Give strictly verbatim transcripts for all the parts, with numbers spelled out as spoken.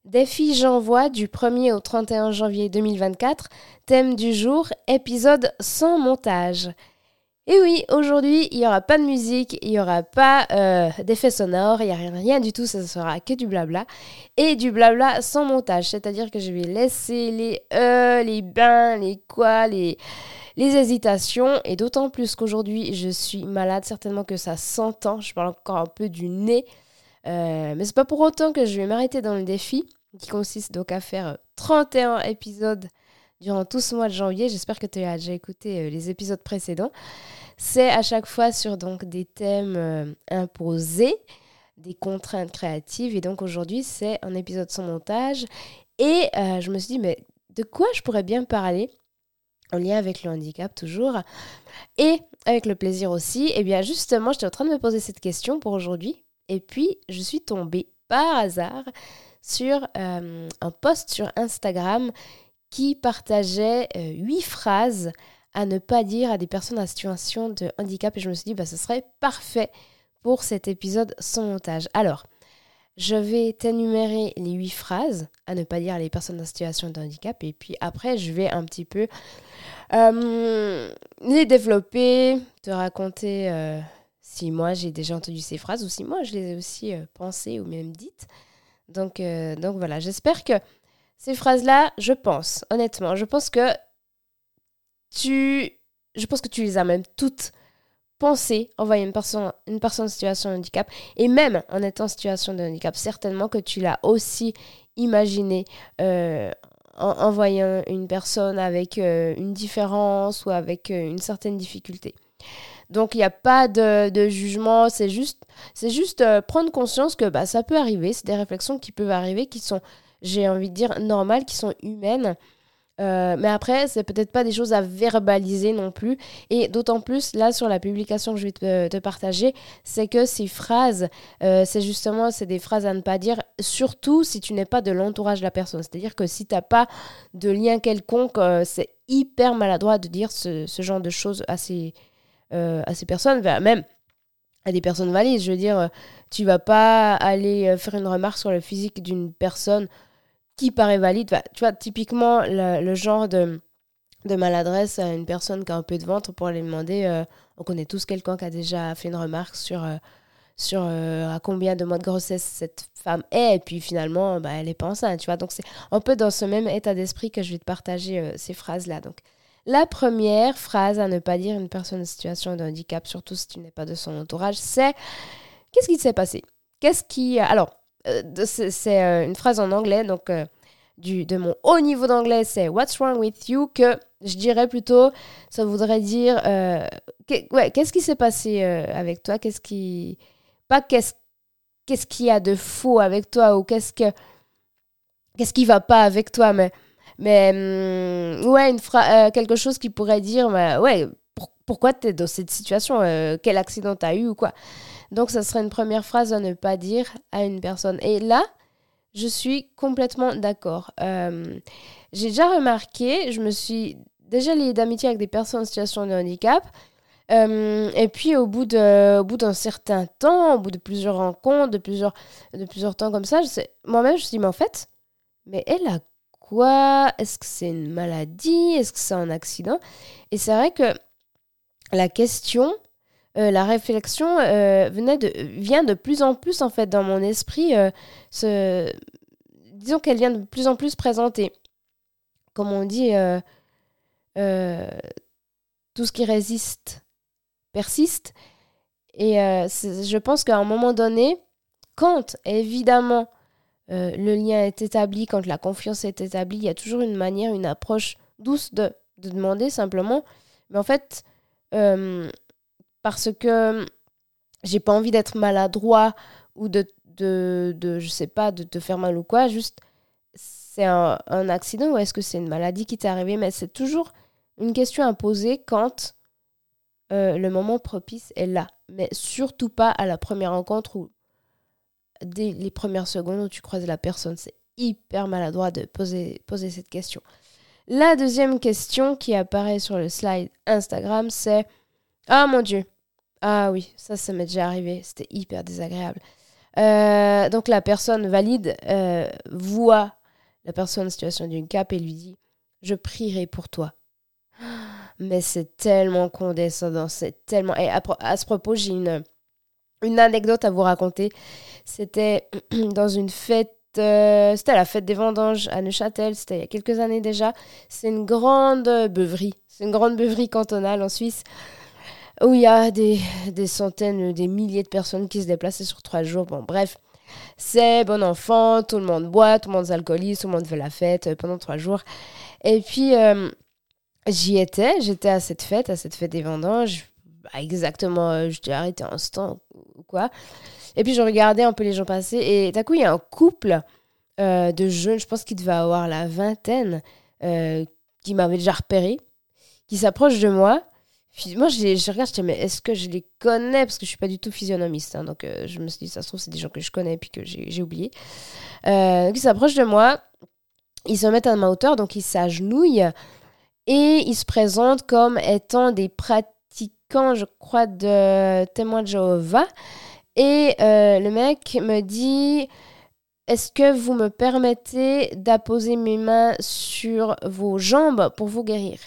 Défi j'envoie du premier au trente et un janvier deux mille vingt-quatre. Thème du jour, épisode sans montage. Et oui, aujourd'hui, il n'y aura pas de musique, il n'y aura pas euh, d'effets sonores, il n'y a rien, rien du tout, ça sera que du blabla. Et du blabla sans montage, c'est-à-dire que je vais laisser les euh, les bains, les quoi, les, les hésitations. Et d'autant plus qu'aujourd'hui, je suis malade, certainement que ça s'entend, je parle encore un peu du nez. Euh, mais c'est pas pour autant que je vais m'arrêter dans le défi, qui consiste donc à faire trente et un épisodes durant tout ce mois de janvier. J'espère que tu as déjà écouté euh, les épisodes précédents. C'est à chaque fois sur donc, des thèmes euh, imposés, des contraintes créatives. Et donc aujourd'hui, c'est un épisode sans montage. Et euh, je me suis dit, mais de quoi je pourrais bien parler en lien avec le handicap toujours et avec le plaisir aussi. Et bien justement, j'étais en train de me poser cette question pour aujourd'hui. Et puis, je suis tombée par hasard sur euh, un post sur Instagram qui partageait euh, huit phrases à ne pas dire à des personnes en situation de handicap. Et je me suis dit, bah, ce serait parfait pour cet épisode sans montage. Alors, je vais t'énumérer les huit phrases à ne pas dire à les personnes en situation de handicap. Et puis après, je vais un petit peu euh, les développer, te raconter... Euh, si moi j'ai déjà entendu ces phrases ou si moi je les ai aussi euh, pensées ou même dites. Donc, euh, donc voilà, j'espère que ces phrases-là, je pense, honnêtement, je pense que tu, je pense que tu les as même toutes pensées en voyant une personne, une personne en situation de handicap et même en étant en situation de handicap, certainement que tu l'as aussi imaginé euh, en, en voyant une personne avec euh, une différence ou avec euh, une certaine difficulté. Donc, il n'y a pas de, de jugement, c'est juste, c'est juste euh, prendre conscience que bah, ça peut arriver, c'est des réflexions qui peuvent arriver, qui sont, j'ai envie de dire, normales, qui sont humaines. Euh, mais après, c'est peut-être pas des choses à verbaliser non plus. Et d'autant plus, là, sur la publication que je vais te, te partager, c'est que ces phrases, euh, c'est justement, c'est des phrases à ne pas dire, surtout si tu n'es pas de l'entourage de la personne. C'est-à-dire que si tu n'as pas de lien quelconque, euh, c'est hyper maladroit de dire ce, ce genre de choses assez... Euh, à ces personnes, même à des personnes valides. Je veux dire, euh, tu vas pas aller euh, faire une remarque sur le physique d'une personne qui paraît valide. Enfin, tu vois, typiquement, le, le genre de, de maladresse à une personne qui a un peu de ventre pour aller demander, euh, on connaît tous quelqu'un qui a déjà fait une remarque sur, euh, sur euh, à combien de mois de grossesse cette femme est, et puis finalement, bah, elle n'est pas enceinte, tu vois. Donc, c'est un peu dans ce même état d'esprit que je vais te partager euh, ces phrases-là. Donc, la première phrase à ne pas dire à une personne en situation de handicap, surtout si tu n'es pas de son entourage, c'est « Qu'est-ce qui s'est passé ?» Qu'est-ce qui... Alors, euh, c'est, c'est euh, une phrase en anglais, donc euh, du, de mon haut niveau d'anglais, c'est « What's wrong with you ?» que je dirais plutôt, ça voudrait dire euh, que, ouais, « Qu'est-ce qui s'est passé euh, avec toi ?» Qu'est-ce qui... Pas qu'est-ce, qu'est-ce qu'il y a de faux avec toi ou qu'est-ce que... Qu'est-ce qui va pas avec toi, mais... Mais, hum, ouais, une fra- euh, quelque chose qui pourrait dire, bah, ouais, pour- pourquoi tu es dans cette situation euh, Quel accident tu as eu ou quoi. Donc, ça serait une première phrase à ne pas dire à une personne. Et là, je suis complètement d'accord. Euh, j'ai déjà remarqué, je me suis déjà liée d'amitié avec des personnes en situation de handicap. Euh, et puis, au bout, de, au bout d'un certain temps, au bout de plusieurs rencontres, de plusieurs, de plusieurs temps comme ça, je sais, moi-même, je me suis dit, mais en fait, mais elle a quoi? Est-ce que c'est une maladie? Est-ce que c'est un accident? Et c'est vrai que la question, euh, la réflexion euh, venait de, vient de plus en plus en fait dans mon esprit. Euh, ce, disons qu'elle vient de plus en plus présenter. Comme on dit, euh, euh, tout ce qui résiste persiste. Et euh, c'est- je pense qu'à un moment donné, quand évidemment Euh, le lien est établi, quand la confiance est établie, il y a toujours une manière, une approche douce de, de demander simplement. Mais en fait, euh, parce que j'ai pas envie d'être maladroit ou de, de, de, je sais pas, de te faire mal ou quoi, juste c'est un, un accident ou est-ce que c'est une maladie qui t'est arrivée? Mais c'est toujours une question à poser quand euh, le moment propice est là. Mais surtout pas à la première rencontre où dès les premières secondes où tu croises la personne. C'est hyper maladroit de poser, poser cette question. La deuxième question qui apparaît sur le slide Instagram, c'est « Ah mon Dieu !» Ah oui, ça, ça m'est déjà arrivé. C'était hyper désagréable. Euh, donc la personne valide euh, voit la personne en situation de handicap et lui dit « Je prierai pour toi ». Mais c'est tellement condescendant, c'est tellement... Et à, à ce propos, j'ai une, une anecdote à vous raconter. C'était dans une fête, euh, c'était la fête des vendanges à Neuchâtel, c'était il y a quelques années déjà. C'est une grande beuverie, c'est une grande beuverie cantonale en Suisse, où il y a des, des centaines, des milliers de personnes qui se déplacent sur trois jours. Bon, bref, c'est bon enfant, tout le monde boit, tout le monde s'alcoolise, tout le monde fait la fête euh, pendant trois jours. Et puis... Euh, J'y étais, j'étais à cette fête, à cette fête des vendanges. Bah, exactement, euh, j'étais arrêtée un instant ou quoi. Et puis je regardais un peu les gens passer. Et d'un coup, il y a un couple euh, de jeunes, je pense qu'ils devaient avoir la vingtaine, euh, qui m'avait déjà repéré, qui s'approche de moi. Puis moi, je, les, je regarde, je dis, mais est-ce que je les connais? Parce que je suis pas du tout physionomiste. Hein, donc euh, je me suis dit, ça se trouve, c'est des gens que je connais puis que j'ai, j'ai oublié. Euh, donc ils s'approchent de moi, ils se mettent à ma hauteur, donc ils s'agenouillent. Et ils se présentent comme étant des pratiquants, je crois, de témoins de Jéhovah. Et euh, le mec me dit, est-ce que vous me permettez d'apposer mes mains sur vos jambes pour vous guérir?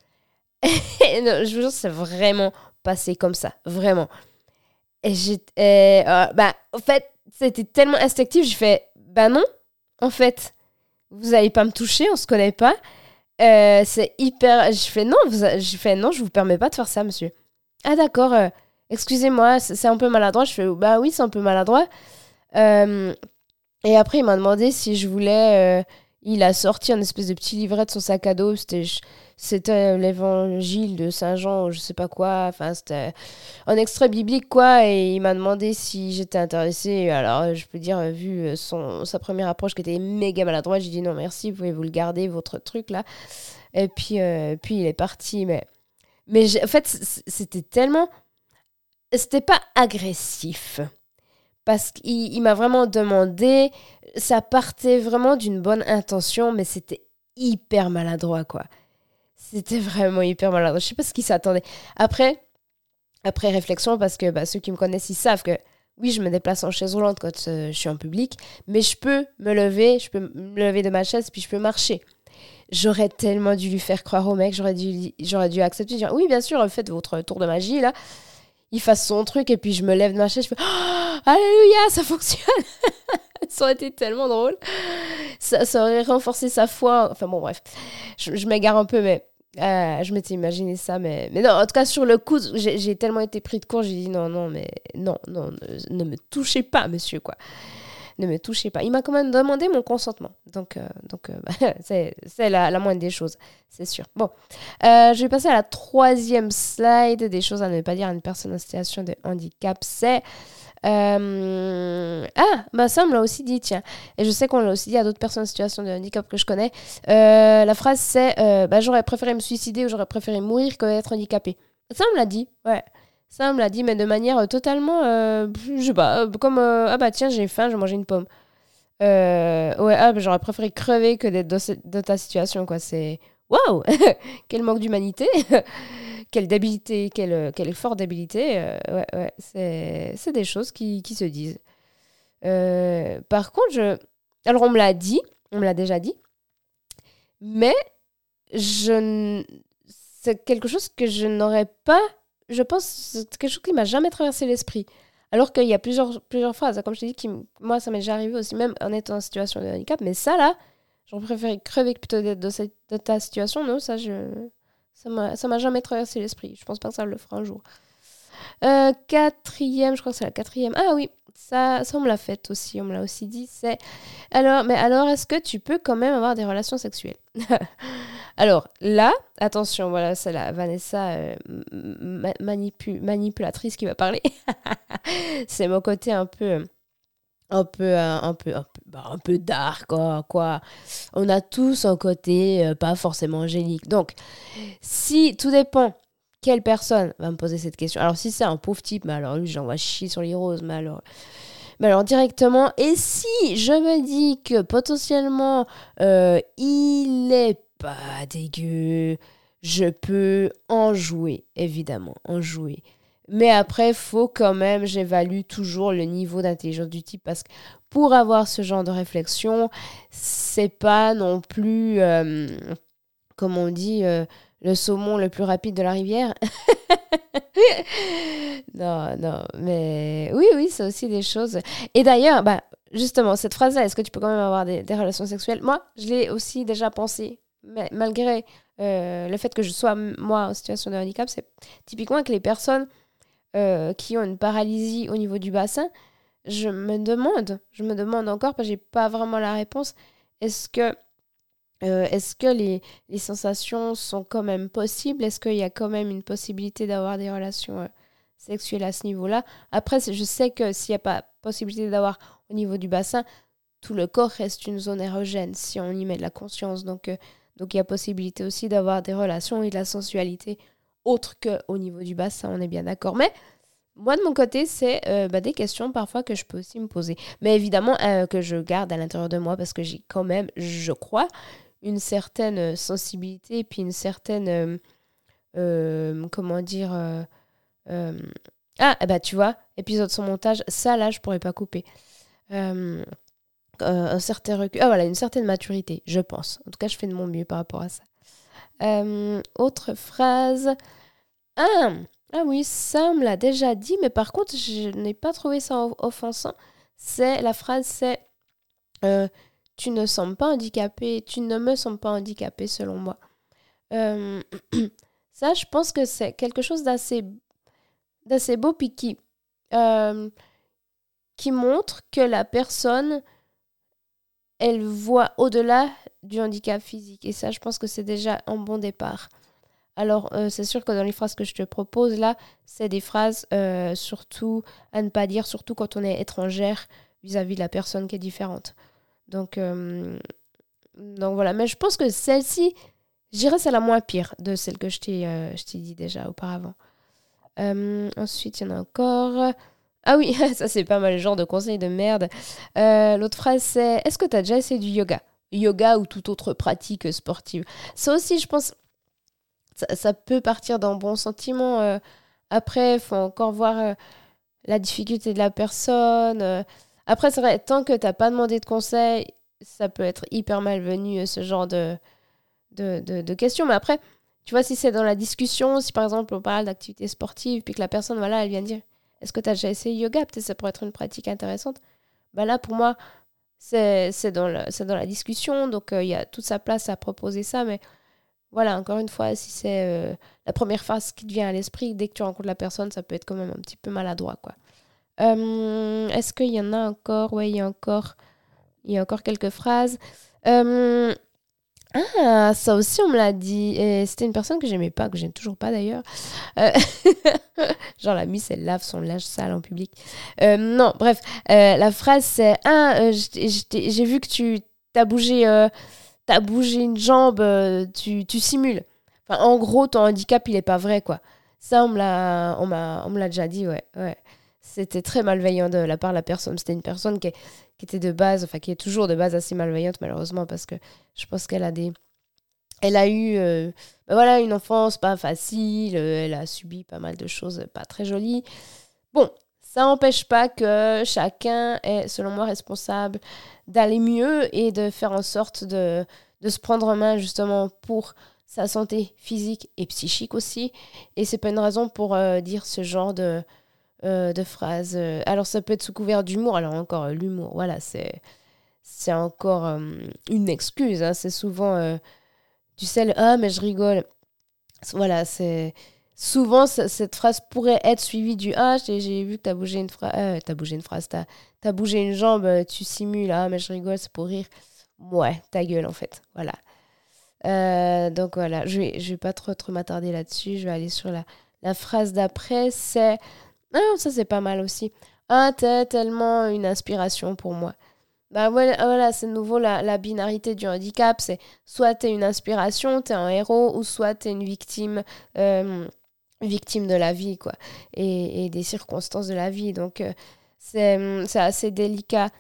Et non, je vous jure, c'est vraiment passé comme ça, vraiment. Et j'ai, euh, bah, en fait, c'était tellement instinctif, j'ai fait, bah non, en fait, vous n'allez pas me toucher, on se connaît pas. Euh, c'est hyper... Je fais non, vous... je fais non, je vous permets pas de faire ça, monsieur. Ah d'accord, euh, excusez-moi, c'est, c'est un peu maladroit. Je fais bah oui, c'est un peu maladroit. Euh, et après, il m'a demandé si je voulais... euh, il a sorti un espèce de petit livret de son sac à dos. C'était, c'était l'évangile de Saint Jean, ou je sais pas quoi. Enfin, c'était un extrait biblique, quoi. Et il m'a demandé si j'étais intéressée. Alors, je peux dire, vu son, sa première approche qui était méga maladroite, j'ai dit non, merci, pouvez-vous le garder, votre truc, là. Et puis, euh, puis il est parti. Mais, mais j'ai, en fait, c'était tellement... C'était pas agressif. Parce qu'il il m'a vraiment demandé... Ça partait vraiment d'une bonne intention, mais c'était hyper maladroit, quoi. C'était vraiment hyper maladroit. Je sais pas ce qu'il s'attendait. Après, après réflexion, parce que bah, ceux qui me connaissent, ils savent que oui, je me déplace en chaise roulante quand euh, je suis en public, mais je peux me lever, je peux me lever de ma chaise, puis je peux marcher. J'aurais tellement dû lui faire croire au mec, j'aurais dû, j'aurais dû accepter, dire oui, bien sûr, faites votre tour de magie, là. Il fasse son truc, et puis je me lève de ma chaise, je fais oh, alléluia, ça fonctionne. Ça aurait été tellement drôle. Ça, ça aurait renforcé sa foi. Enfin bon, bref. Je, je m'égare un peu, mais euh, je m'étais imaginé ça. Mais, mais non, en tout cas, sur le coup, j'ai, j'ai tellement été pris de court, j'ai dit non, non, mais non, non, ne, ne me touchez pas, monsieur, quoi. Ne me touchez pas. Il m'a quand même demandé mon consentement. Donc, euh, donc euh, bah, c'est, c'est la, la moindre des choses, c'est sûr. Bon, euh, je vais passer à la troisième slide des choses à ne pas dire à une personne en situation de handicap. C'est... Euh... Ah, bah ça, on me l'a aussi dit, tiens. Et je sais qu'on l'a aussi dit à d'autres personnes en situation de handicap que je connais. Euh, la phrase, c'est euh, bah, j'aurais préféré me suicider ou j'aurais préféré mourir que d'être handicapé. Ça, on me l'a dit, ouais. Ça, on me l'a dit, mais de manière totalement, euh, je sais pas, comme, euh, ah bah tiens, j'ai faim, je vais manger une pomme. Euh, ouais, ah, bah, j'aurais préféré crever que d'être dans, ce- dans ta situation, quoi. C'est, waouh, quel manque d'humanité. Quelle débilité, quel, quel effort d'habilité. Euh, ouais, ouais, c'est, c'est des choses qui, qui se disent. Euh, par contre, je... alors on me l'a dit, on me l'a déjà dit, mais je n- c'est quelque chose que je n'aurais pas, je pense, c'est quelque chose qui m'a jamais traversé l'esprit. Alors qu'il y a plusieurs, plusieurs phrases, comme je t'ai dit, qui, m- moi ça m'est déjà arrivé aussi, même en étant en situation de handicap, mais ça là, j'aurais préféré crever que plutôt d'être dans, cette, dans ta situation, non, ça je... Ça m'a, ça m'a jamais traversé l'esprit. Je pense pas que ça le fera un jour. Euh, quatrième, je crois que c'est la quatrième. Ah oui, ça, ça on me l'a fait aussi. On me l'a aussi dit. C'est alors, mais alors, est-ce que tu peux quand même avoir des relations sexuelles? Alors là, attention, voilà, c'est la Vanessa euh, ma- manipu- manipulatrice qui va parler. C'est mon côté un peu. Un peu, euh, un peu, un peu, bah, un peu dark, quoi, quoi. On a tous un côté euh, pas forcément angélique. Donc, si, tout dépend quelle personne va me poser cette question. Alors, si c'est un pauvre type, mais alors lui, j'envoie chier sur les roses, mais alors, mais alors directement. Et si je me dis que potentiellement, euh, il est pas dégueu, je peux en jouer, évidemment, en jouer. Mais après, faut quand même, j'évalue toujours le niveau d'intelligence du type parce que pour avoir ce genre de réflexion, c'est pas non plus, euh, comme on dit, euh, le saumon le plus rapide de la rivière. Non, non, mais oui, oui, c'est aussi des choses. Et d'ailleurs, bah, justement, cette phrase-là, est-ce que tu peux quand même avoir des, des relations sexuelles? Moi, je l'ai aussi déjà pensé, mais malgré euh, le fait que je sois, moi, en situation de handicap, c'est typiquement que les personnes euh, qui ont une paralysie au niveau du bassin, je me demande, je me demande encore, parce que j'ai pas vraiment la réponse, est-ce que, euh, est-ce que les, les sensations sont quand même possibles? Est-ce qu'il y a quand même une possibilité d'avoir des relations euh, sexuelles à ce niveau-là? Après, c'est- je sais que s'il n'y a pas possibilité d'avoir au niveau du bassin, tout le corps reste une zone érogène si on y met de la conscience. Donc, euh, donc il y a possibilité aussi d'avoir des relations et de la sensualité autre qu'au niveau du bassin, on est bien d'accord. Mais moi, de mon côté, c'est euh, bah, des questions parfois que je peux aussi me poser. Mais évidemment, euh, que je garde à l'intérieur de moi parce que j'ai quand même, je crois, une certaine euh, sensibilité et puis une certaine, euh, euh, comment dire, euh, euh, ah, eh bah, tu vois, épisode sans montage, ça là, je pourrais pas couper. Euh, euh, un certain recul, ah voilà, une certaine maturité, je pense. En tout cas, je fais de mon mieux par rapport à ça. Euh, autre phrase. Ah, ah oui, ça, on me l'a déjà dit, mais par contre, je n'ai pas trouvé ça off- offensant. C'est la phrase, c'est euh, tu ne sembles pas handicapé, tu ne me sembles pas handicapé selon moi. Euh, ça, je pense que c'est quelque chose d'assez d'assez beau puis qui, euh, qui montre que la personne, elle voit au-delà du handicap physique. Et ça, je pense que c'est déjà un bon départ. Alors, euh, c'est sûr que dans les phrases que je te propose, là, c'est des phrases euh, surtout à ne pas dire, surtout quand on est étrangère vis-à-vis de la personne qui est différente. Donc, euh, donc voilà. Mais je pense que celle-ci, je dirais c'est la moins pire de celle que je t'ai euh, je t'ai dit déjà auparavant. Euh, ensuite, il y en a encore. Ah oui, ça c'est pas mal le genre de conseil de merde. Euh, l'autre phrase c'est est-ce que tu as déjà essayé du yoga? Yoga ou toute autre pratique sportive. Ça aussi, je pense, ça, ça peut partir d'un bon sentiment. euh. Après, il faut encore voir euh, la difficulté de la personne. euh. Après, c'est vrai, tant que t'as pas demandé de conseil, ça peut être hyper malvenu, euh, ce genre de, de, de, de questions. Mais après, tu vois, si c'est dans la discussion, si par exemple on parle d'activité sportive, puis que la personne, voilà, elle vient dire, est-ce que tu as déjà essayé yoga? Peut-être ça pourrait être une pratique intéressante. Bah là, pour moi, c'est c'est dans, le- c'est dans la discussion, donc euh, il y a toute sa place à proposer ça. Mais voilà, encore une fois, si c'est euh, la première phrase qui te vient à l'esprit, dès que tu rencontres la personne, ça peut être quand même un petit peu maladroit, quoi. Euh, est-ce qu'il y en a encore? Ouais, il y a encore, il y a encore quelques phrases. Euh, ah, ça aussi, on me l'a dit. Et c'était une personne que j'aimais pas, que j'aime toujours pas d'ailleurs. Euh, Genre, la miss, elle lave son linge sale en public. Euh, non, bref, euh, la phrase c'est ah, euh, j'étais- j'étais- j'ai vu que tu t'as bougé, euh, t'as bougé une jambe, euh, tu, tu simules. Enfin, en gros, ton handicap, il est pas vrai, quoi. Ça, on me l'a, on m'a, on me l'a déjà dit, ouais, ouais. C'était très malveillant de la part de la personne. C'était une personne qui, est- qui était de base, enfin, qui est toujours de base assez malveillante, malheureusement, parce que je pense qu'elle a des elle a eu euh, ben voilà, une enfance pas facile, euh, elle a subi pas mal de choses pas très jolies. Bon, ça n'empêche pas que chacun est, selon moi, responsable d'aller mieux et de faire en sorte de, de se prendre en main justement pour sa santé physique et psychique aussi. Et c'est pas une raison pour euh, dire ce genre de, euh, de phrases. euh. Alors ça peut être sous couvert d'humour, alors encore euh, l'humour, voilà, c'est, c'est encore euh, une excuse, hein. C'est souvent... euh, tu sais, le ah, mais je rigole. Voilà, c'est. Souvent, c- cette phrase pourrait être suivie du ah, j'ai j'ai vu que t'as bougé une phrase. Euh, t'as bougé une phrase, t'as t'as bougé une jambe, euh, tu simules, ah, mais je rigole, c'est pour rire. Ouais, ta gueule, en fait. Voilà. Euh, donc voilà, je vais, je vais pas trop, trop m'attarder là-dessus. Je vais aller sur la, la phrase d'après. C'est. Ah, ça, c'est pas mal aussi. Ah, t'es tellement une inspiration pour moi. Bah voilà, voilà, c'est de nouveau la, la binarité du handicap, c'est soit t'es une inspiration, t'es un héros, ou soit t'es une victime, euh, victime de la vie, quoi, et, et des circonstances de la vie. Donc euh, c'est, c'est assez délicat,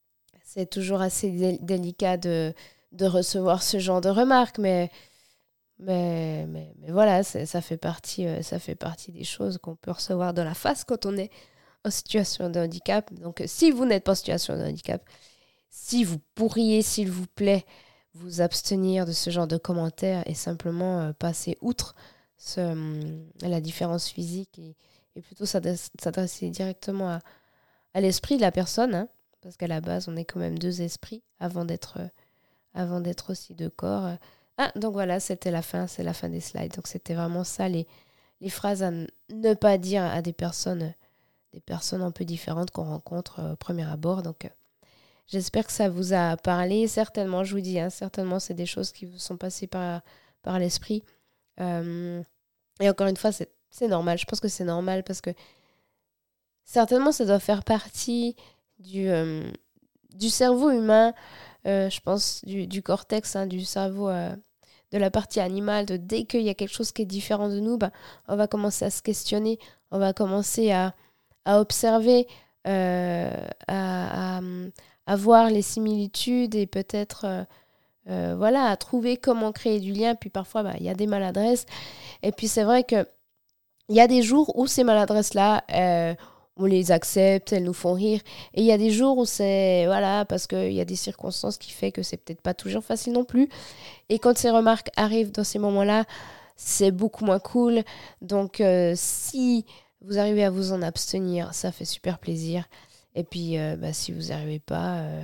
c'est toujours assez dé- délicat de, de recevoir ce genre de remarques, mais Mais, mais, mais voilà, c'est, ça, fait partie, euh, ça fait partie des choses qu'on peut recevoir de la face quand on est en situation de handicap. Donc, euh, si vous n'êtes pas en situation de handicap, si vous pourriez, s'il vous plaît, vous abstenir de ce genre de commentaires et simplement euh, passer outre ce, hum, la différence physique et, et plutôt s'adresse- s'adresser directement à, à l'esprit de la personne, hein, parce qu'à la base, on est quand même deux esprits avant d'être, euh, avant d'être aussi deux corps. euh. Ah, donc voilà, c'était la fin, c'est la fin des slides. Donc c'était vraiment ça, les, les phrases à n- ne pas dire à des personnes, euh, des personnes un peu différentes qu'on rencontre euh, au premier abord. Donc euh, j'espère que ça vous a parlé. Certainement, je vous dis, hein, certainement, c'est des choses qui vous sont passées par, par l'esprit. Euh, et encore une fois, c'est, c'est normal. Je pense que c'est normal parce que certainement, ça doit faire partie du, euh, du cerveau humain, euh, je pense, du, du cortex, hein, du cerveau, euh, de la partie animale. De, dès qu'il y a quelque chose qui est différent de nous, bah, on va commencer à se questionner, on va commencer à, à observer, euh, à, à, à voir les similitudes et peut-être euh, euh, voilà, à trouver comment créer du lien. Puis parfois, bah, il y a des maladresses. Et puis c'est vrai que il y a des jours où ces maladresses-là, euh, on les accepte, elles nous font rire. Et il y a des jours où c'est, voilà, parce qu'il y a des circonstances qui font que c'est peut-être pas toujours facile non plus. Et quand ces remarques arrivent dans ces moments-là, c'est beaucoup moins cool. Donc, euh, si vous arrivez à vous en abstenir, ça fait super plaisir. Et puis, euh, bah, si vous n'y arrivez pas, euh,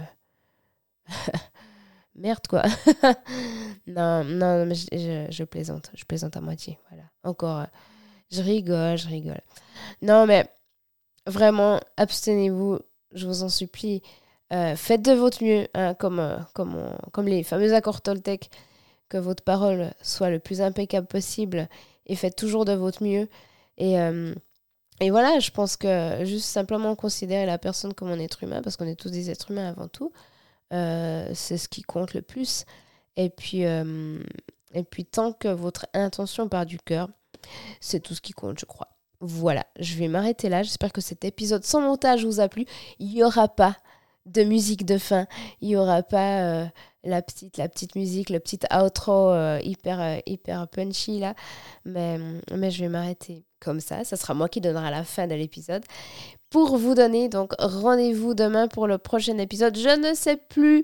merde quoi. non, non, mais je, je, je plaisante. Je plaisante à moitié. Voilà. Encore, euh, je rigole, je rigole. Non, mais vraiment, abstenez-vous, je vous en supplie. Euh, faites de votre mieux, hein, comme, euh, comme, on- comme les fameux accords Toltec, que votre parole soit le plus impeccable possible et faites toujours de votre mieux. Et, euh, et voilà, je pense que juste simplement considérer la personne comme un être humain, parce qu'on est tous des êtres humains avant tout, euh, c'est ce qui compte le plus. Et puis, euh, et puis, tant que votre intention part du cœur, c'est tout ce qui compte, je crois. Voilà, je vais m'arrêter là. J'espère que cet épisode sans montage vous a plu. Il n'y aura pas de musique de fin. Il n'y aura pas euh, la, petite, la petite musique, le petit outro euh, hyper, euh, hyper punchy là. Mais, mais je vais m'arrêter comme ça. Ça sera moi qui donnera la fin de l'épisode. Pour vous donner, donc rendez-vous demain pour le prochain épisode. Je ne sais plus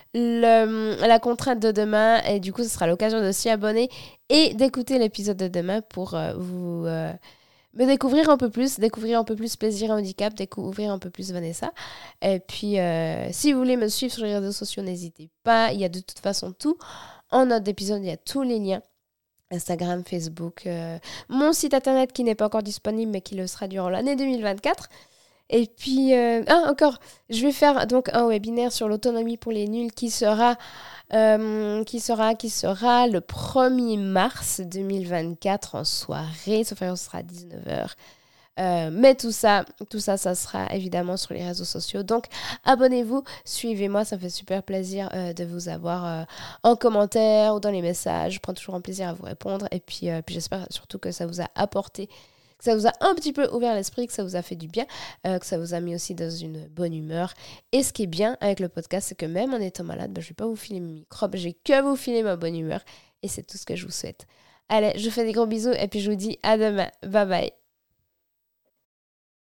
le, la contrainte de demain et du coup ce sera l'occasion de s'y abonner et d'écouter l'épisode de demain pour euh, vous euh, me découvrir un peu plus, découvrir un peu plus Plaisir et Handicap, découvrir un peu plus Vanessa. Et puis euh, si vous voulez me suivre sur les réseaux sociaux, n'hésitez pas, il y a de toute façon tout en note d'épisode, il y a tous les liens. Instagram, Facebook, euh, mon site internet qui n'est pas encore disponible mais qui le sera durant l'année deux mille vingt-quatre. Et puis, euh, ah, encore, je vais faire donc un webinaire sur l'autonomie pour les nuls qui sera, euh, qui sera, qui sera le premier mars deux mille vingt-quatre en soirée, sauf erreur, ce sera à dix-neuf heures. Euh, mais tout ça, tout ça, ça sera évidemment sur les réseaux sociaux. Donc, abonnez-vous, suivez-moi, ça me fait super plaisir euh, de vous avoir euh, en commentaire ou dans les messages. Je prends toujours un plaisir à vous répondre. Et puis, euh, puis j'espère surtout que ça vous a apporté, que ça vous a un petit peu ouvert l'esprit, que ça vous a fait du bien, euh, que ça vous a mis aussi dans une bonne humeur. Et ce qui est bien avec le podcast, c'est que même en étant malade, ben, je ne vais pas vous filer mes microbes, j'ai que vous filer ma bonne humeur. Et c'est tout ce que je vous souhaite. Allez, je vous fais des gros bisous et puis je vous dis à demain. Bye bye.